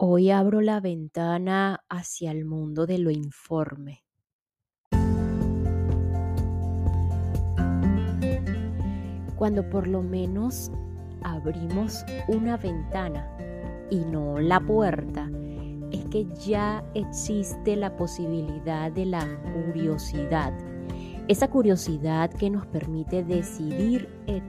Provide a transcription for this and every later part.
Hoy abro la ventana hacia el mundo de lo informe. Cuando por lo menos abrimos una ventana y no la puerta, es que ya existe la posibilidad de la curiosidad. Esa curiosidad que nos permite decidir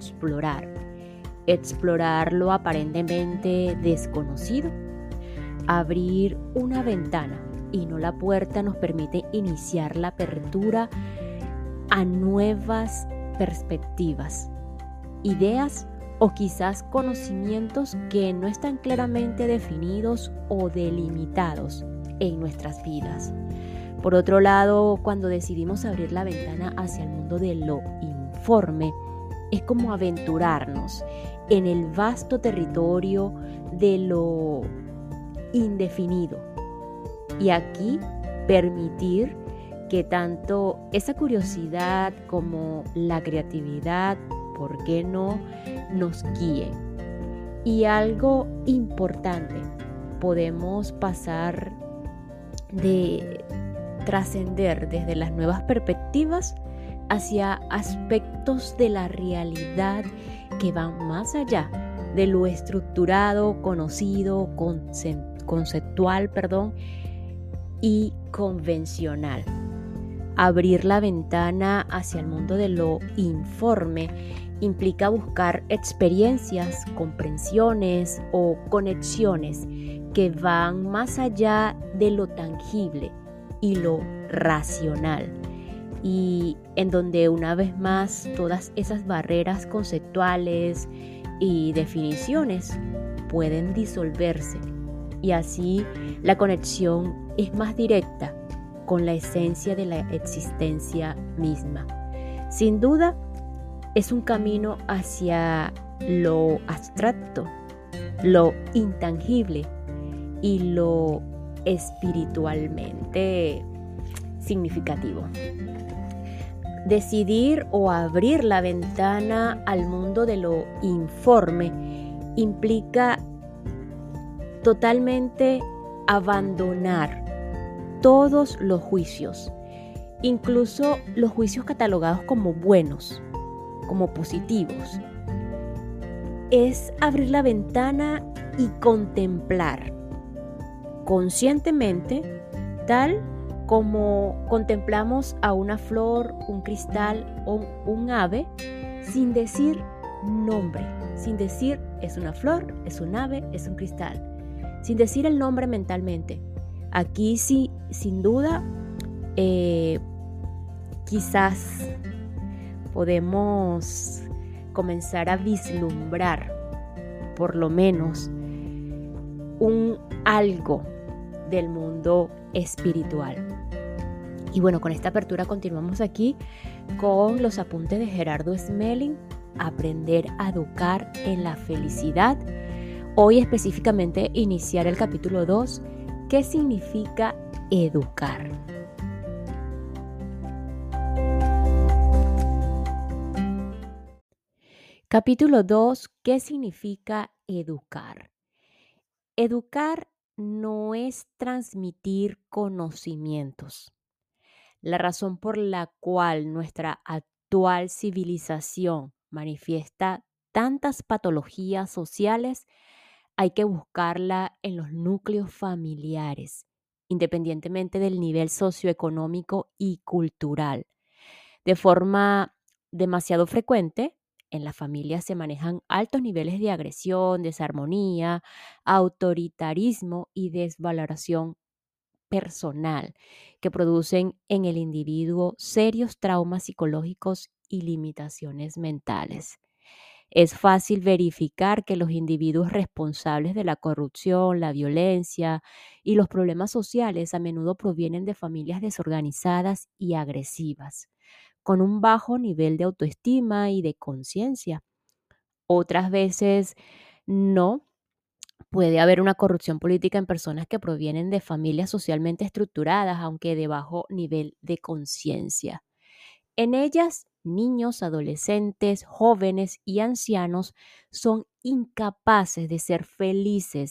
explorar lo aparentemente desconocido. Abrir una ventana y no la puerta nos permite iniciar la apertura a nuevas perspectivas, ideas o quizás conocimientos que no están claramente definidos o delimitados en nuestras vidas. Por otro lado, cuando decidimos abrir la ventana hacia el mundo de lo informe, es como aventurarnos en el vasto territorio de lo indefinido. Y aquí permitir que tanto esa curiosidad como la creatividad, ¿por qué no?, nos guíen. Y algo importante, podemos pasar de trascender desde las nuevas perspectivas hacia aspectos de la realidad que van más allá de lo estructurado, conocido, conceptual, y convencional. Abrir la ventana hacia el mundo de lo informe implica buscar experiencias, comprensiones o conexiones que van más allá de lo tangible y lo racional, y en donde una vez más todas esas barreras conceptuales y definiciones pueden disolverse, y así la conexión es más directa con la esencia de la existencia misma. Sin duda, es un camino hacia lo abstracto, lo intangible y lo espiritualmente significativo. Decidir o abrir la ventana al mundo de lo informe implica totalmente abandonar todos los juicios, incluso los juicios catalogados como buenos, como positivos. Es abrir la ventana y contemplar conscientemente, tal como contemplamos a una flor, un cristal o un ave, sin decir nombre, sin decir es una flor, es un ave, es un cristal, sin decir el nombre mentalmente. Aquí sí, sin duda, quizás podemos comenzar a vislumbrar por lo menos un algo del mundo espiritual. Y bueno, con esta apertura continuamos aquí con los apuntes de Gerardo Smelling, Aprender a educar en la felicidad. Hoy específicamente iniciar el capítulo 2, ¿qué significa educar? Capítulo 2, ¿qué significa educar? Educar no es transmitir conocimientos. La razón por la cual nuestra actual civilización manifiesta tantas patologías sociales hay que buscarla en los núcleos familiares, independientemente del nivel socioeconómico y cultural. De forma demasiado frecuente, en las familias se manejan altos niveles de agresión, desarmonía, autoritarismo y desvaloración personal, que producen en el individuo serios traumas psicológicos y limitaciones mentales. Es fácil verificar que los individuos responsables de la corrupción, la violencia y los problemas sociales a menudo provienen de familias desorganizadas y agresivas, con un bajo nivel de autoestima y de conciencia. Otras veces no. Puede haber una corrupción política en personas que provienen de familias socialmente estructuradas, aunque de bajo nivel de conciencia. En ellas, niños, adolescentes, jóvenes y ancianos son incapaces de ser felices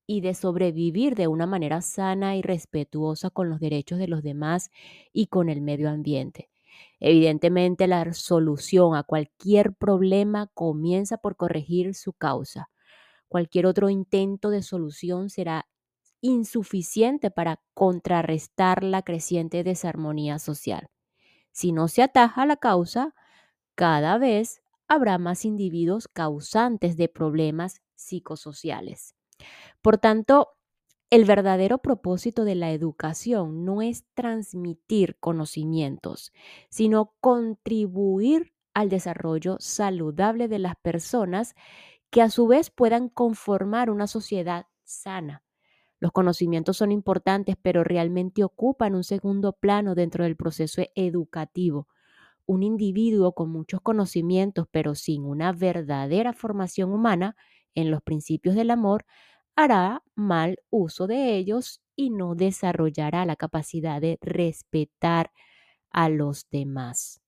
y de sobrevivir de una manera sana y respetuosa con los derechos de los demás y con el medio ambiente. Evidentemente, la solución a cualquier problema comienza por corregir su causa. Cualquier otro intento de solución será insuficiente para contrarrestar la creciente desarmonía social. Si no se ataja la causa, cada vez habrá más individuos causantes de problemas psicosociales. Por tanto, el verdadero propósito de la educación no es transmitir conocimientos, sino contribuir al desarrollo saludable de las personas que a su vez puedan conformar una sociedad sana. Los conocimientos son importantes, pero realmente ocupan un segundo plano dentro del proceso educativo. Un individuo con muchos conocimientos, pero sin una verdadera formación humana en los principios del amor, hará mal uso de ellos y no desarrollará la capacidad de respetar a los demás.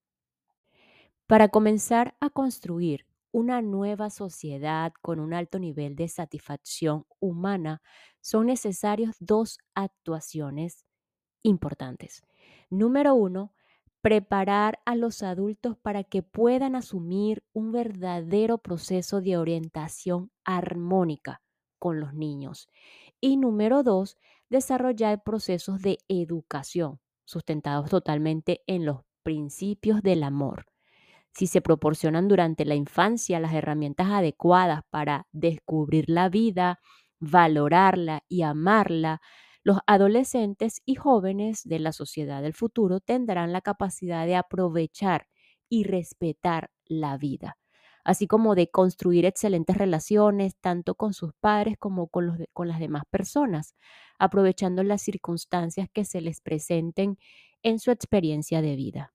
Para comenzar a construir una nueva sociedad con un alto nivel de satisfacción humana, son necesarios dos actuaciones importantes. Número uno, preparar a los adultos para que puedan asumir un verdadero proceso de orientación armónica con los niños. Y número dos, desarrollar procesos de educación sustentados totalmente en los principios del amor. Si se proporcionan durante la infancia las herramientas adecuadas para descubrir la vida, valorarla y amarla, los adolescentes y jóvenes de la sociedad del futuro tendrán la capacidad de aprovechar y respetar la vida, así como de construir excelentes relaciones tanto con sus padres como con las demás personas, aprovechando las circunstancias que se les presenten en su experiencia de vida.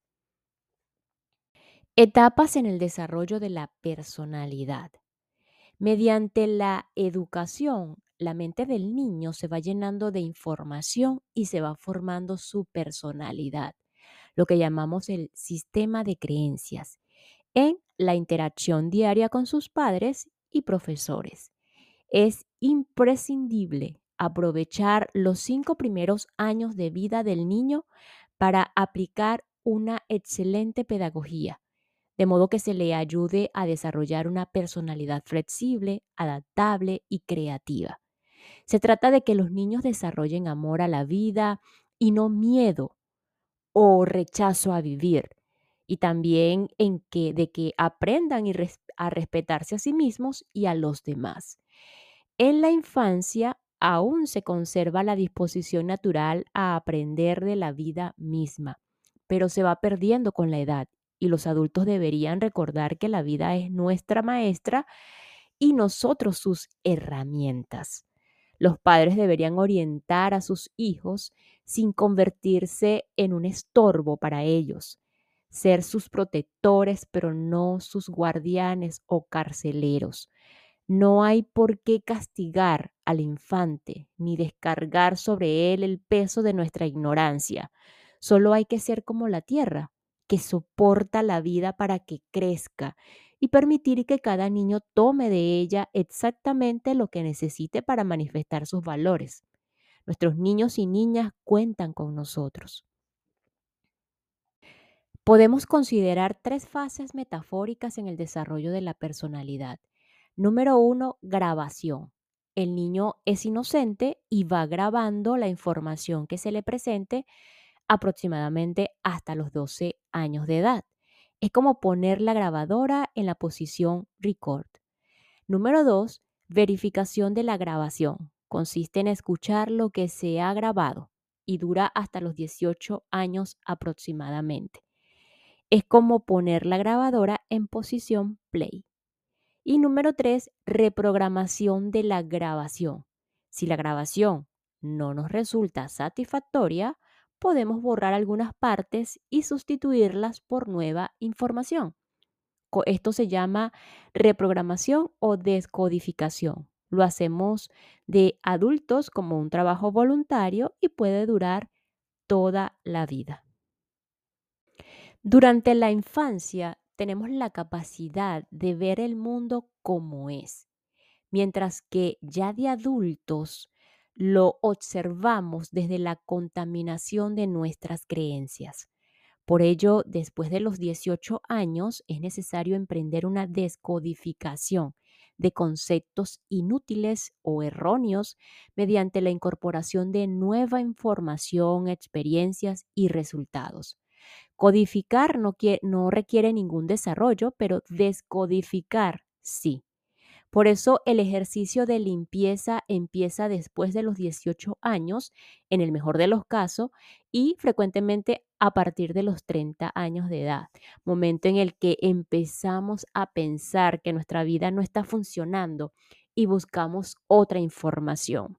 Etapas en el desarrollo de la personalidad. Mediante la educación, la mente del niño se va llenando de información y se va formando su personalidad, lo que llamamos el sistema de creencias, en la interacción diaria con sus padres y profesores. Es imprescindible aprovechar los 5 primeros años de vida del niño para aplicar una excelente pedagogía, de modo que se le ayude a desarrollar una personalidad flexible, adaptable y creativa. Se trata de que los niños desarrollen amor a la vida y no miedo o rechazo a vivir, y también de que aprendan a respetarse a sí mismos y a los demás. En la infancia aún se conserva la disposición natural a aprender de la vida misma, pero se va perdiendo con la edad y los adultos deberían recordar que la vida es nuestra maestra y nosotros sus herramientas. Los padres deberían orientar a sus hijos sin convertirse en un estorbo para ellos, ser sus protectores, pero no sus guardianes o carceleros. No hay por qué castigar al infante ni descargar sobre él el peso de nuestra ignorancia. Solo hay que ser como la tierra, que soporta la vida para que crezca y permitir que cada niño tome de ella exactamente lo que necesite para manifestar sus valores. Nuestros niños y niñas cuentan con nosotros. Podemos considerar tres fases metafóricas en el desarrollo de la personalidad. Número uno, grabación. El niño es inocente y va grabando la información que se le presente aproximadamente hasta los 12 años de edad. Es como poner la grabadora en la posición record. Número 2, verificación de la grabación. Consiste en escuchar lo que se ha grabado y dura hasta los 18 años aproximadamente. Es como poner la grabadora en posición play. Y número 3, reprogramación de la grabación. Si la grabación no nos resulta satisfactoria, podemos borrar algunas partes y sustituirlas por nueva información. Esto se llama reprogramación o descodificación. Lo hacemos de adultos como un trabajo voluntario y puede durar toda la vida. Durante la infancia tenemos la capacidad de ver el mundo como es, mientras que ya de adultos lo observamos desde la contaminación de nuestras creencias. Por ello, después de los 18 años, es necesario emprender una descodificación de conceptos inútiles o erróneos mediante la incorporación de nueva información, experiencias y resultados. Codificar no requiere ningún desarrollo, pero descodificar sí. Por eso el ejercicio de limpieza empieza después de los 18 años, en el mejor de los casos, y frecuentemente a partir de los 30 años de edad, momento en el que empezamos a pensar que nuestra vida no está funcionando y buscamos otra información.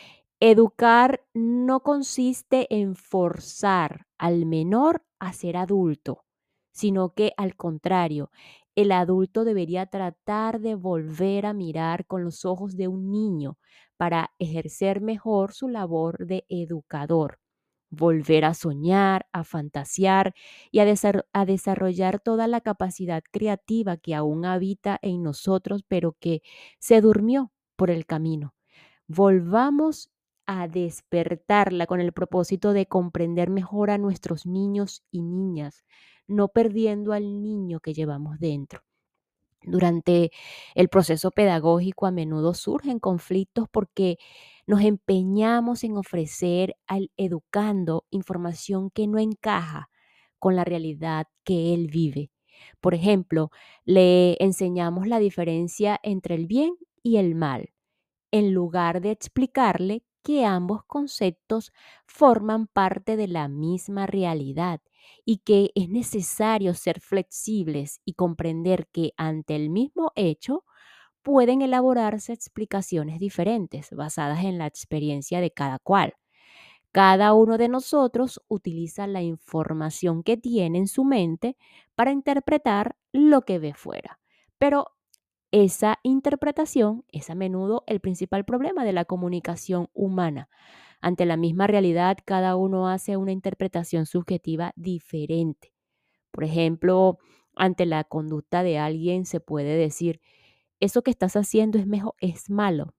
Educar no consiste en forzar al menor a ser adulto, sino que al contrario, el adulto debería tratar de volver a mirar con los ojos de un niño para ejercer mejor su labor de educador, volver a soñar, a fantasear y a desarrollar toda la capacidad creativa que aún habita en nosotros, pero que se durmió por el camino. Volvamos a despertarla con el propósito de comprender mejor a nuestros niños y niñas, no perdiendo al niño que llevamos dentro. Durante el proceso pedagógico a menudo surgen conflictos porque nos empeñamos en ofrecer al educando información que no encaja con la realidad que él vive. Por ejemplo, le enseñamos la diferencia entre el bien y el mal en lugar de explicarle que ambos conceptos forman parte de la misma realidad y que es necesario ser flexibles y comprender que ante el mismo hecho pueden elaborarse explicaciones diferentes basadas en la experiencia de cada cual. Cada uno de nosotros utiliza la información que tiene en su mente para interpretar lo que ve fuera, pero esa interpretación es a menudo el principal problema de la comunicación humana. Ante la misma realidad, cada uno hace una interpretación subjetiva diferente. Por ejemplo, ante la conducta de alguien se puede decir, eso que estás haciendo es malo,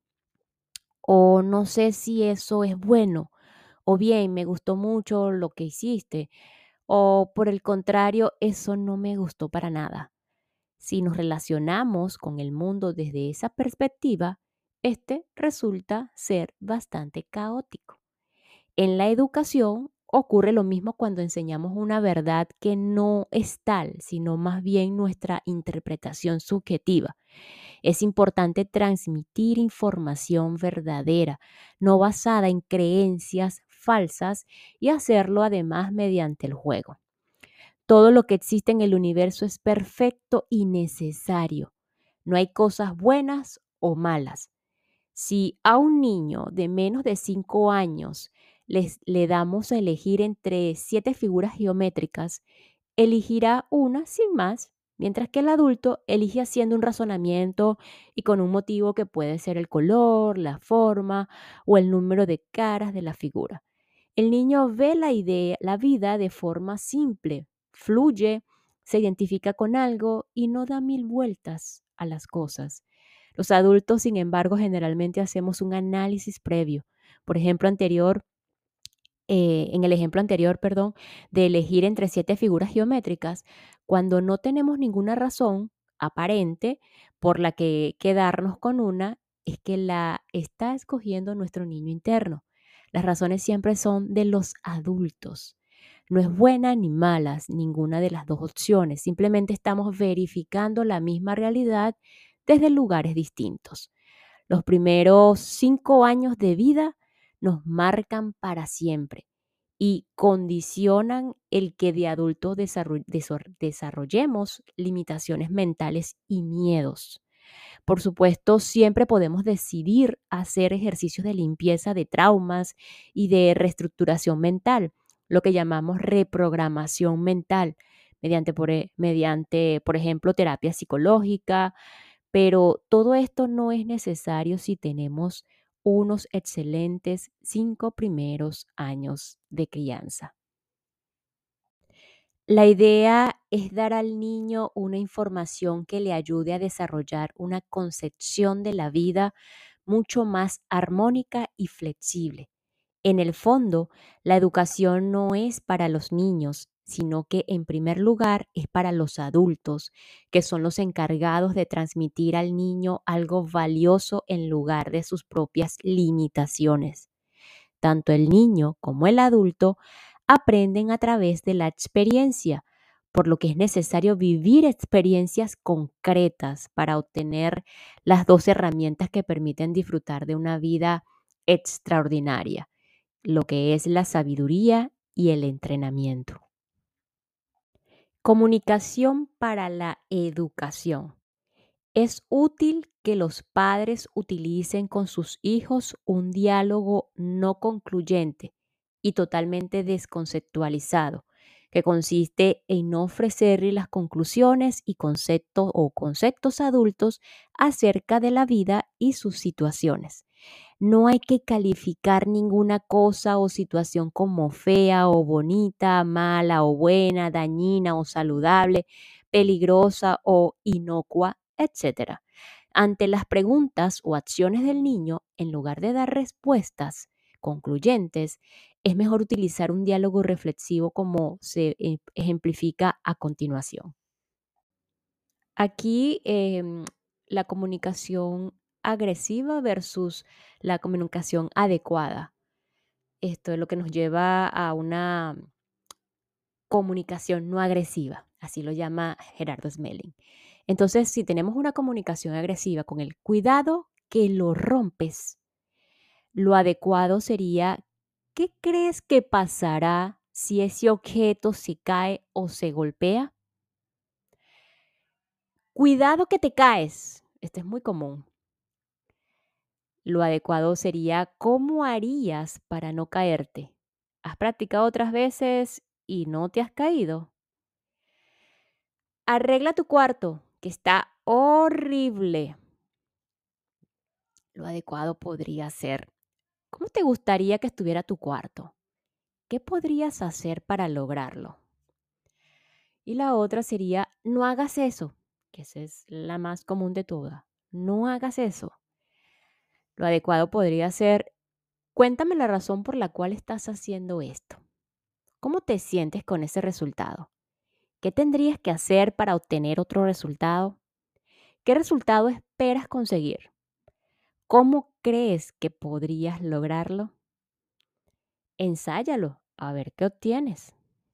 o no sé si eso es bueno, o bien, me gustó mucho lo que hiciste, o por el contrario, eso no me gustó para nada. Si nos relacionamos con el mundo desde esa perspectiva, este resulta ser bastante caótico. En la educación ocurre lo mismo cuando enseñamos una verdad que no es tal, sino más bien nuestra interpretación subjetiva. Es importante transmitir información verdadera, no basada en creencias falsas y hacerlo además mediante el juego. Todo lo que existe en el universo es perfecto y necesario. No hay cosas buenas o malas. Si a un niño de menos de 5 años le damos a elegir entre 7 figuras geométricas, elegirá una sin más, mientras que el adulto elige haciendo un razonamiento y con un motivo que puede ser el color, la forma o el número de caras de la figura. El niño ve la vida de forma simple, fluye, se identifica con algo y no da mil vueltas a las cosas. Los adultos, sin embargo, generalmente hacemos un análisis previo. Por ejemplo, en el ejemplo anterior, perdón, de elegir entre 7 figuras geométricas, cuando no tenemos ninguna razón aparente por la que quedarnos con una, es que la está escogiendo nuestro niño interno. Las razones siempre son de los adultos. No es buena ni malas ninguna de las dos opciones, simplemente estamos verificando la misma realidad desde lugares distintos. Los primeros 5 años de vida nos marcan para siempre y condicionan el que de adultos desarrollemos limitaciones mentales y miedos. Por supuesto, siempre podemos decidir hacer ejercicios de limpieza de traumas y de reestructuración mental, lo que llamamos reprogramación mental, mediante, por ejemplo, terapia psicológica, pero todo esto no es necesario si tenemos unos excelentes 5 primeros años de crianza. La idea es dar al niño una información que le ayude a desarrollar una concepción de la vida mucho más armónica y flexible. En el fondo, la educación no es para los niños, sino que en primer lugar es para los adultos, que son los encargados de transmitir al niño algo valioso en lugar de sus propias limitaciones. Tanto el niño como el adulto aprenden a través de la experiencia, por lo que es necesario vivir experiencias concretas para obtener las dos herramientas que permiten disfrutar de una vida extraordinaria, lo que es la sabiduría y el entrenamiento. Comunicación para la educación. Es útil que los padres utilicen con sus hijos un diálogo no concluyente y totalmente desconceptualizado, que consiste en no ofrecerle las conclusiones y conceptos adultos acerca de la vida y sus situaciones. No hay que calificar ninguna cosa o situación como fea o bonita, mala o buena, dañina o saludable, peligrosa o inocua, etcétera. Ante las preguntas o acciones del niño, en lugar de dar respuestas concluyentes, es mejor utilizar un diálogo reflexivo como se ejemplifica a continuación. Aquí la comunicación agresiva versus la comunicación adecuada. Esto es lo que nos lleva a una comunicación no agresiva, así lo llama Gerardo Smelling. Entonces, si tenemos una comunicación agresiva con el cuidado que lo rompes, lo adecuado sería, ¿qué crees que pasará si ese objeto se cae o se golpea? Cuidado que te caes. Este es muy común. Lo adecuado sería, ¿cómo harías para no caerte? ¿Has practicado otras veces y no te has caído? Arregla tu cuarto, que está horrible. Lo adecuado podría ser, ¿cómo te gustaría que estuviera tu cuarto? ¿Qué podrías hacer para lograrlo? Y la otra sería, no hagas eso, que esa es la más común de todas. No hagas eso. Lo adecuado podría ser, cuéntame la razón por la cual estás haciendo esto. ¿Cómo te sientes con ese resultado? ¿Qué tendrías que hacer para obtener otro resultado? ¿Qué resultado esperas conseguir? ¿Cómo crees que podrías lograrlo? Ensáyalo, a ver qué obtienes.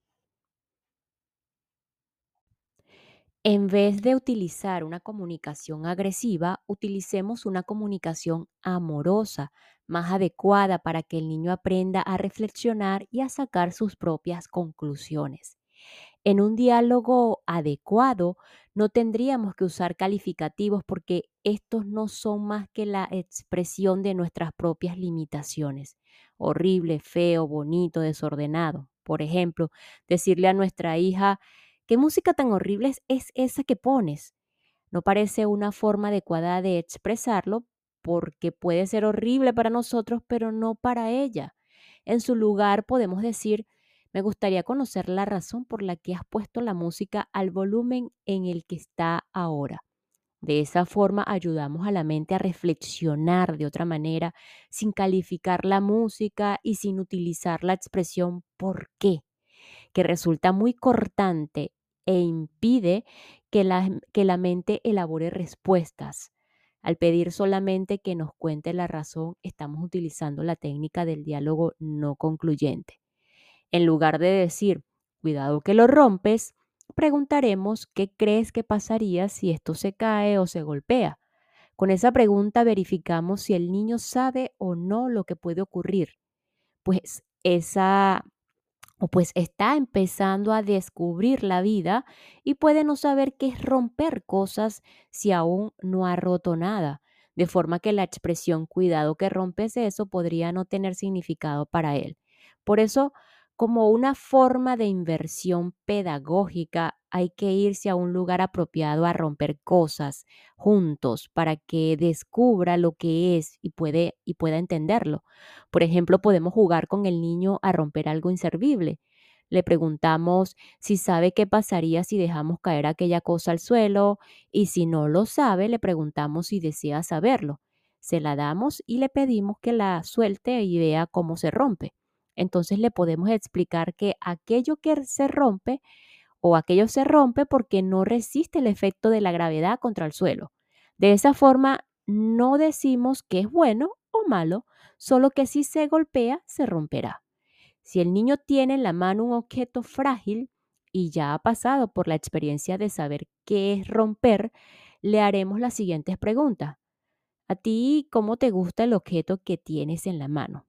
En vez de utilizar una comunicación agresiva, utilicemos una comunicación amorosa, más adecuada para que el niño aprenda a reflexionar y a sacar sus propias conclusiones. En un diálogo adecuado, no tendríamos que usar calificativos porque estos no son más que la expresión de nuestras propias limitaciones. Horrible, feo, bonito, desordenado. Por ejemplo, decirle a nuestra hija, ¿qué música tan horrible es esa que pones? No parece una forma adecuada de expresarlo porque puede ser horrible para nosotros, pero no para ella. En su lugar podemos decir, me gustaría conocer la razón por la que has puesto la música al volumen en el que está ahora. De esa forma ayudamos a la mente a reflexionar de otra manera, sin calificar la música y sin utilizar la expresión ¿por qué?, que resulta muy cortante e impide que la mente elabore respuestas. Al pedir solamente que nos cuente la razón, estamos utilizando la técnica del diálogo no concluyente. En lugar de decir, cuidado que lo rompes, preguntaremos qué crees que pasaría si esto se cae o se golpea. Con esa pregunta verificamos si el niño sabe o no lo que puede ocurrir, pues esa pues está empezando a descubrir la vida y puede no saber qué es romper cosas si aún no ha roto nada. De forma que la expresión cuidado que rompes eso podría no tener significado para él. Por eso, como una forma de inversión pedagógica, hay que irse a un lugar apropiado a romper cosas juntos para que descubra lo que es y pueda entenderlo. Por ejemplo, podemos jugar con el niño a romper algo inservible. Le preguntamos si sabe qué pasaría si dejamos caer aquella cosa al suelo y si no lo sabe, le preguntamos si desea saberlo. Se la damos y le pedimos que la suelte y vea cómo se rompe. Entonces le podemos explicar que aquello que se rompe o aquello se rompe porque no resiste el efecto de la gravedad contra el suelo. De esa forma, no decimos que es bueno o malo, solo que si se golpea, se romperá. Si el niño tiene en la mano un objeto frágil y ya ha pasado por la experiencia de saber qué es romper, le haremos las siguientes preguntas. ¿A ti cómo te gusta el objeto que tienes en la mano?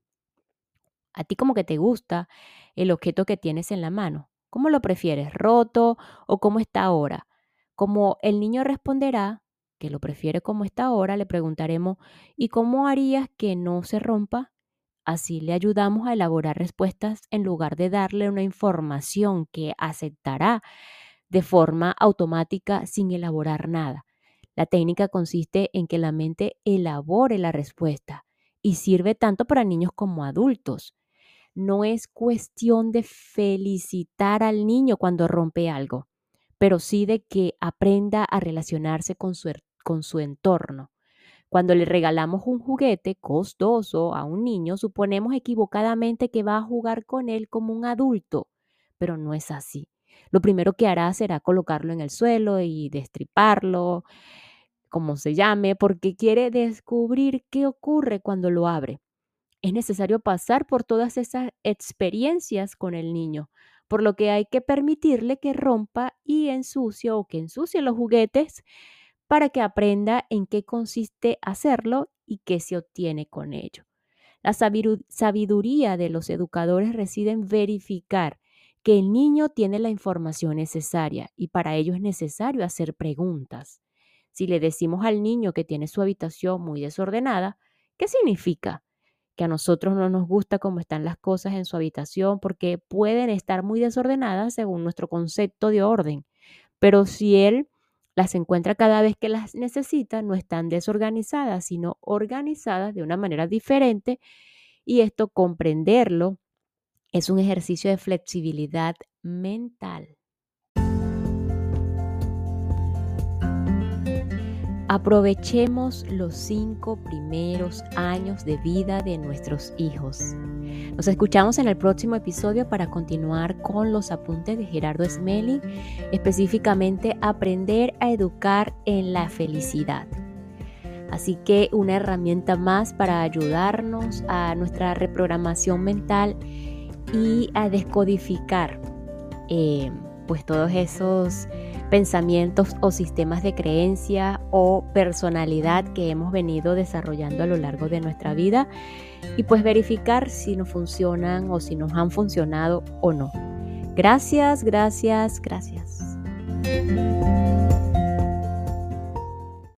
¿A ti como que te gusta el objeto que tienes en la mano? ¿Cómo lo prefieres? ¿Roto o cómo está ahora? Como el niño responderá que lo prefiere como está ahora, le preguntaremos, ¿y cómo harías que no se rompa? Así le ayudamos a elaborar respuestas en lugar de darle una información que aceptará de forma automática sin elaborar nada. La técnica consiste en que la mente elabore la respuesta y sirve tanto para niños como adultos. No es cuestión de felicitar al niño cuando rompe algo, pero sí de que aprenda a relacionarse con su entorno. Cuando le regalamos un juguete costoso a un niño, suponemos equivocadamente que va a jugar con él como un adulto, pero no es así. Lo primero que hará será colocarlo en el suelo y destriparlo, como se llame, porque quiere descubrir qué ocurre cuando lo abre. Es necesario pasar por todas esas experiencias con el niño, por lo que hay que permitirle que rompa y ensucie o que ensucie los juguetes para que aprenda en qué consiste hacerlo y qué se obtiene con ello. La sabiduría de los educadores reside en verificar que el niño tiene la información necesaria y para ello es necesario hacer preguntas. Si le decimos al niño que tiene su habitación muy desordenada, ¿qué significa? Que a nosotros no nos gusta cómo están las cosas en su habitación porque pueden estar muy desordenadas según nuestro concepto de orden. Pero si él las encuentra cada vez que las necesita, no están desorganizadas, sino organizadas de una manera diferente y esto comprenderlo es un ejercicio de flexibilidad mental. Aprovechemos los 5 primeros años de vida de nuestros hijos. Nos escuchamos en el próximo episodio para continuar con los apuntes de Gerardo Smelling, específicamente aprender a educar en la felicidad. Así que una herramienta más para ayudarnos a nuestra reprogramación mental y a descodificar pues todos esos pensamientos o sistemas de creencia o personalidad que hemos venido desarrollando a lo largo de nuestra vida y pues verificar si nos funcionan o si nos han funcionado o no. Gracias, gracias, gracias.